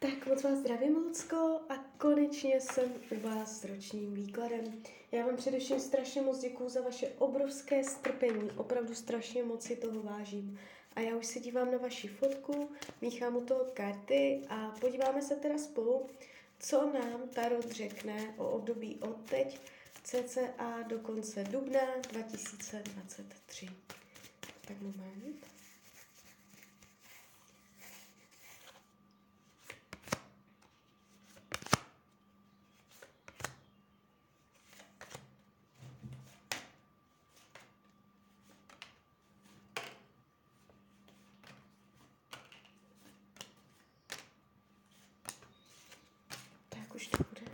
Tak moc vás zdravím, Lucko, a konečně jsem u vás s ročním výkladem. Já vám především strašně moc děkuju za vaše obrovské strpení, opravdu strašně moc si toho vážím. A já už se dívám na vaši fotku, míchám u toho karty a podíváme se teda spolu, co nám Tarot řekne o období od teď, cca do konce dubna 2023. Tak moment. Tak už to bude.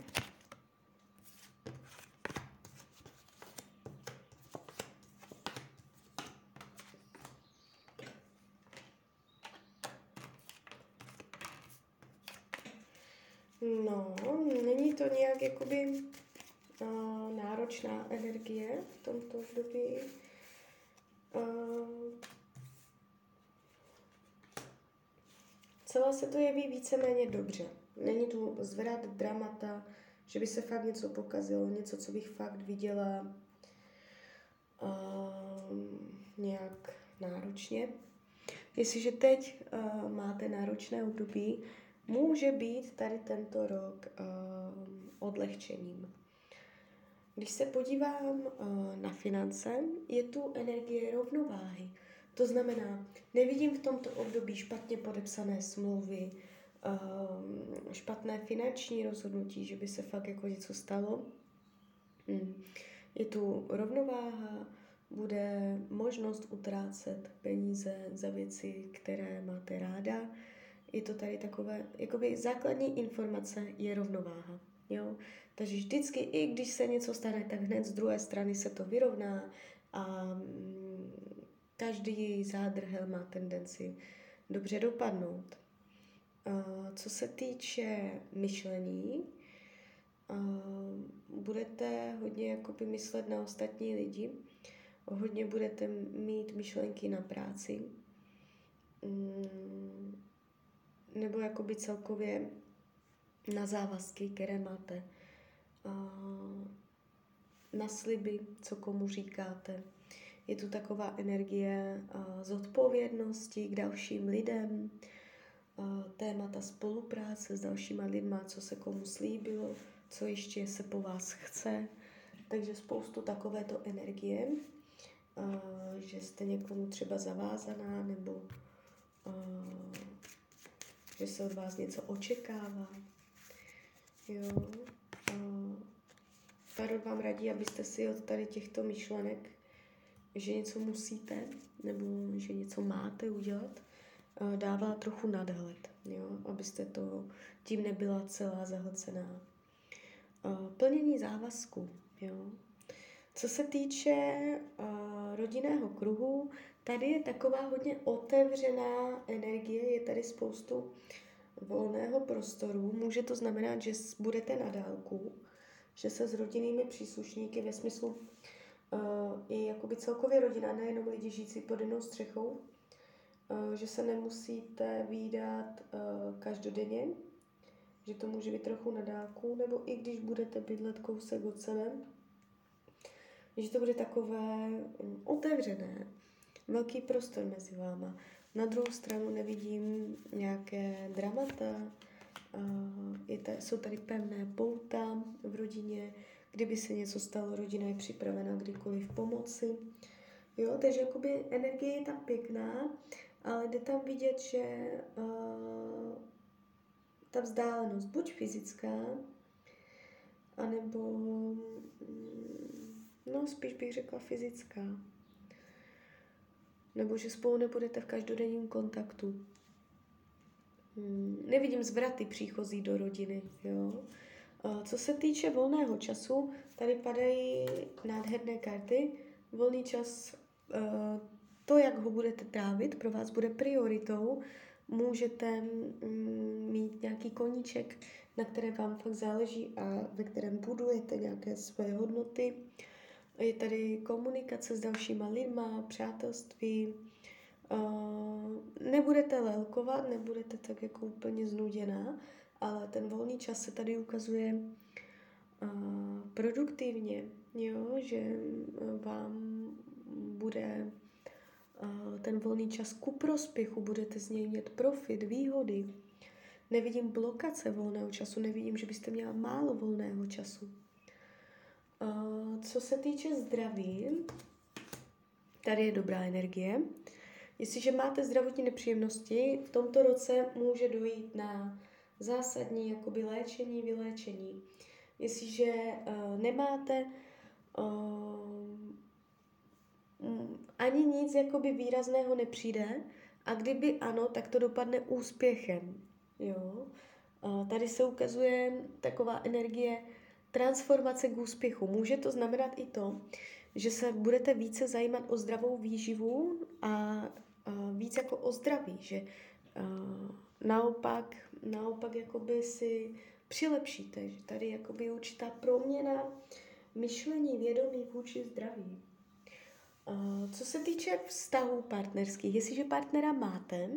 No, není to nějak jakoby náročná energie v tomto období. Celé se to jeví víceméně dobře. Není tu zvrat, dramata, že by se fakt něco pokazilo, něco, co bych fakt viděla nějak náročně. Jestliže teď máte náročné období, může být tady tento rok odlehčením. Když se podívám na finance, je tu energie rovnováhy. To znamená, nevidím v tomto období špatně podepsané smlouvy, špatné finanční rozhodnutí, že by se fakt jako něco stalo. Je tu rovnováha, bude možnost utrácet peníze za věci, které máte ráda. Je to tady takové, jakoby základní informace je rovnováha. Jo? Takže vždycky, i když se něco stane, tak hned z druhé strany se to vyrovná a každý zádrhel má tendenci dobře dopadnout. Co se týče myšlení, budete hodně jakoby myslet na ostatní lidi, hodně budete mít myšlenky na práci, nebo jakoby celkově na závazky, které máte, na sliby, co komu říkáte. Je tu taková energie zodpovědnosti k dalším lidem, témata spolupráce s dalšíma lidma, co se komu slíbilo, co ještě se po vás chce. Takže spoustu takovéto energie, že jste někomu třeba zavázaná, nebo že se od vás něco očekává. Jo. Tarot vám radí, abyste si od tady těchto myšlenek, že něco musíte, nebo že něco máte udělat, dávala trochu nadhled, jo? Abyste to tím nebyla celá zahlcená. Plnění závazku. Jo? Co se týče rodinného kruhu, tady je taková hodně otevřená energie, je tady spoustu volného prostoru. Může to znamenat, že budete na dálku, že se s rodinnými příslušníky ve smyslu i jakoby celkově rodina, nejenom lidi žijící pod jednou střechou, že se nemusíte vídat každodenně, že to může být trochu na dálku, nebo i když budete bydlet kousek od sebe, že to bude takové otevřené, velký prostor mezi váma. Na druhou stranu nevidím nějaké dramata, jsou tady pevné pouta v rodině, kdyby se něco stalo, rodina je připravena kdykoliv pomoci. Jo, takže jakoby energie je tam pěkná, ale jde tam vidět, že ta vzdálenost, buď fyzická, anebo spíš bych řekla fyzická. Nebo že spolu nebudete v každodenním kontaktu. Nevidím zvraty příchozí do rodiny. Jo? Co se týče volného času, tady padají nádherné karty. Volný čas, to, jak ho budete trávit, pro vás bude prioritou. Můžete mít nějaký koníček, na které vám fakt záleží a ve kterém budujete nějaké své hodnoty. Je tady komunikace s dalšíma lidma, přátelství, Nebudete lelkovat, nebudete tak jako úplně znuděná, ale ten volný čas se tady ukazuje produktivně, jo? Že vám bude ten volný čas ku prospěchu, budete z něj mít profit, výhody. Nevidím blokace volného času, nevidím, že byste měla málo volného času. Co se týče zdraví, tady je dobrá energie. Jestliže máte zdravotní nepříjemnosti, v tomto roce může dojít na zásadní jakoby léčení, vyléčení. Jestliže nemáte ani nic jakoby výrazného nepřijde a kdyby ano, tak to dopadne úspěchem. Jo? Tady se ukazuje taková energie transformace k úspěchu. Může to znamenat i to, že se budete více zajímat o zdravou výživu a víc jako o zdraví, že naopak jakoby si přilepšíte, že tady jakoby je určitá proměna myšlení, vědomí vůči zdraví. Co se týče vztahů partnerských, jestliže partnera máte,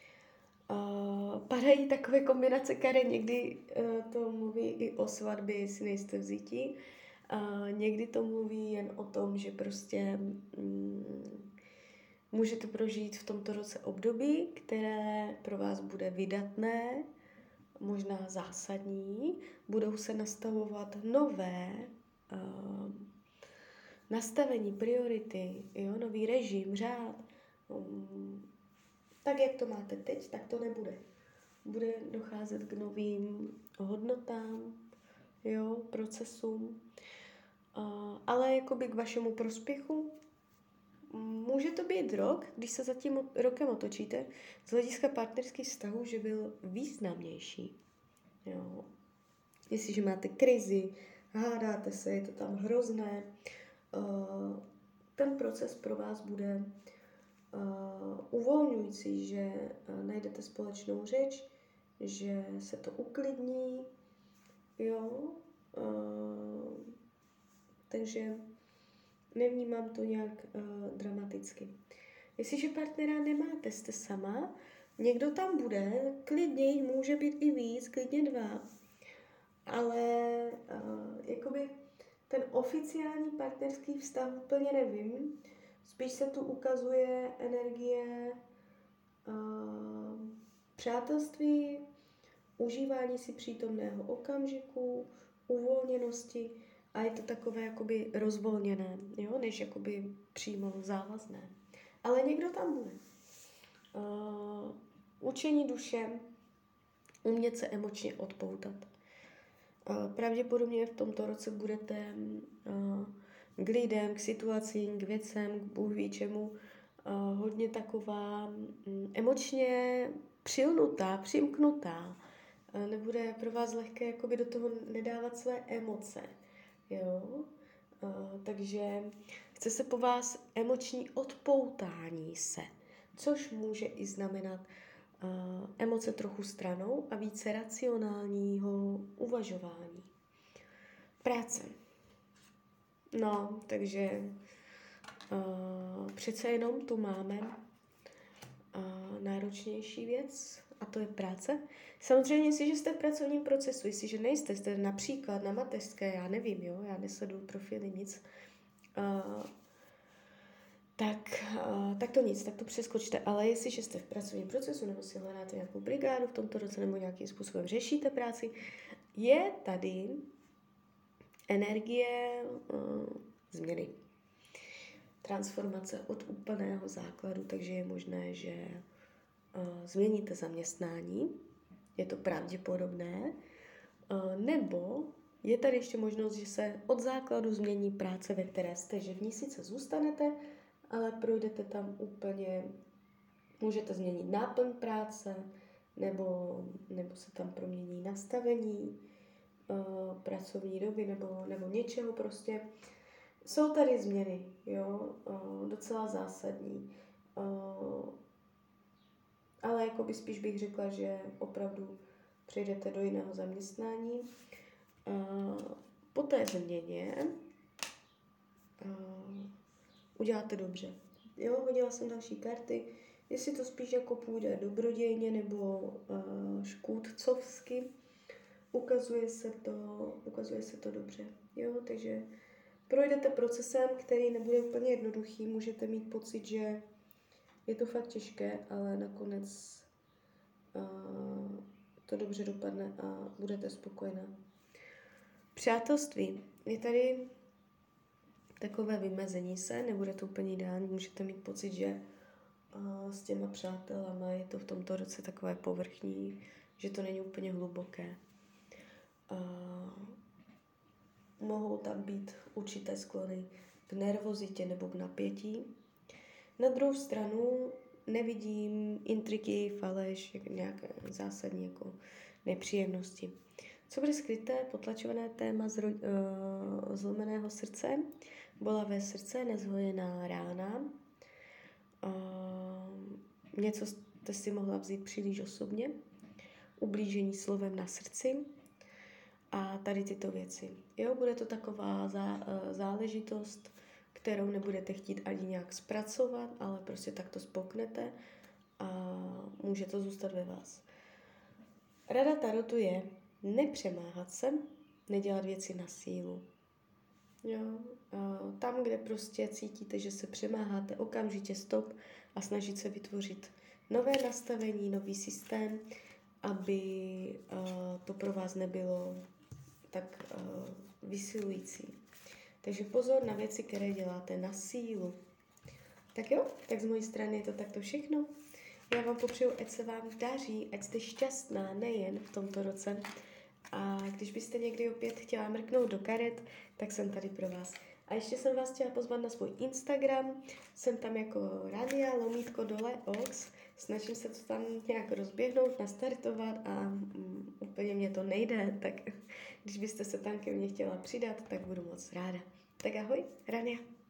padají takové kombinace karet, někdy to mluví i o svatbě, jestli nejste vzítí, někdy to mluví jen o tom, že prostě můžete prožít v tomto roce období, které pro vás bude vydatné, možná zásadní, budou se nastavovat nové nastavení, priority, jo, nový režim, řád. Tak, jak to máte teď, tak to nebude. Bude docházet k novým hodnotám, jo, procesům, ale jakoby k vašemu prospěchu. Může to být rok, když se za tím rokem otočíte, z hlediska partnerských vztahů, že byl významnější. Jo. Jestliže máte krizi, hádáte se, je to tam hrozné, ten proces pro vás bude uvolňující, že najdete společnou řeč, že se to uklidní, jo, takže nevnímám to nějak dramaticky. Jestliže partnera nemáte, jste sama, někdo tam bude, klidně jich může být i víc, klidně 2, ale jakoby ten oficiální partnerský vztah úplně nevím. Spíš se tu ukazuje energie přátelství, užívání si přítomného okamžiku, uvolněnosti a je to takové jakoby rozvolněné, jo, než jakoby přímo závazné. Ale někdo tam bude. Učení duše, umět se emočně odpoutat. Pravděpodobně v tomto roce budete k lidem, k situacím, k věcem, k Bůh ví čemu, hodně taková emočně přilnutá, přimknutá. Nebude pro vás lehké jakoby do toho nedávat své emoce. Jo? Takže chce se po vás emoční odpoutání se, což může i znamenat emoce trochu stranou a více racionálního uvažování. Práce. No, takže přece jenom tu máme náročnější věc a to je práce. Samozřejmě, jestliže jste v pracovním procesu, jestliže nejste, jste například na mateřské, já nevím, jo, já nesleduju profily, nic, tak to nic, tak to přeskočte. Ale jestliže jste v pracovním procesu nebo si hledáte nějakou brigádu v tomto roce nebo nějakým způsobem řešíte práci, je tady energie změny. Transformace od úplného základu, takže je možné, že změníte zaměstnání, je to pravděpodobné, nebo je tady ještě možnost, že se od základu změní práce, ve které jste, že v ní sice zůstanete, ale projdete tam úplně, můžete změnit náplň práce, nebo se tam promění nastavení pracovní doby, nebo něčeho prostě. Jsou tady změny, jo, docela zásadní, ale jakoby spíš bych řekla, že opravdu přejdete do jiného zaměstnání. Po té změně uděláte dobře. Jo, hodila jsem další karty. jestli to spíš jako půjde dobrodějně nebo škůdcovsky, ukazuje se to dobře. Jo, takže projdete procesem, který nebude úplně jednoduchý, můžete mít pocit, že je to fakt těžké, ale nakonec to dobře dopadne a budete spokojená. Přátelství. Je tady takové vymezení se, nebude to úplně ideální, můžete mít pocit, že s těma přátelama je to v tomto roce takové povrchní, že to není úplně hluboké. Mohou tam být určité sklony k nervozitě nebo k napětí. Na druhou stranu nevidím intriky, faleš, nějaké zásadní jako nepříjemnosti. Co bude skryté, potlačované téma zlomeného srdce, bolavé srdce, nezhojená rána. Něco jste si mohla vzít příliš osobně, ublížení slovem na srdci a tady tyto věci. Jo, bude to taková záležitost, kterou nebudete chtít ani nějak zpracovat, ale prostě tak to spolknete a může to zůstat ve vás. Rada tarotu je nepřemáhat se, nedělat věci na sílu. Jo, tam, kde prostě cítíte, že se přemáháte, okamžitě stop a snažit se vytvořit nové nastavení, nový systém, aby to pro vás nebylo tak vysilující. Takže pozor na věci, které děláte na sílu. Tak jo, tak z mojí strany je to takto všechno. Já vám popřeju, ať se vám daří, ať jste šťastná nejen v tomto roce. A když byste někdy opět chtěla mrknout do karet, tak jsem tady pro vás. A ještě jsem vás chtěla pozvat na svůj Instagram. Jsem tam jako Rania_Ox. Snažím se to tam nějak rozběhnout, nastartovat a úplně mě to nejde, tak když byste se tam ke mně chtěla přidat, tak budu moc ráda. Tak ahoj, Rania.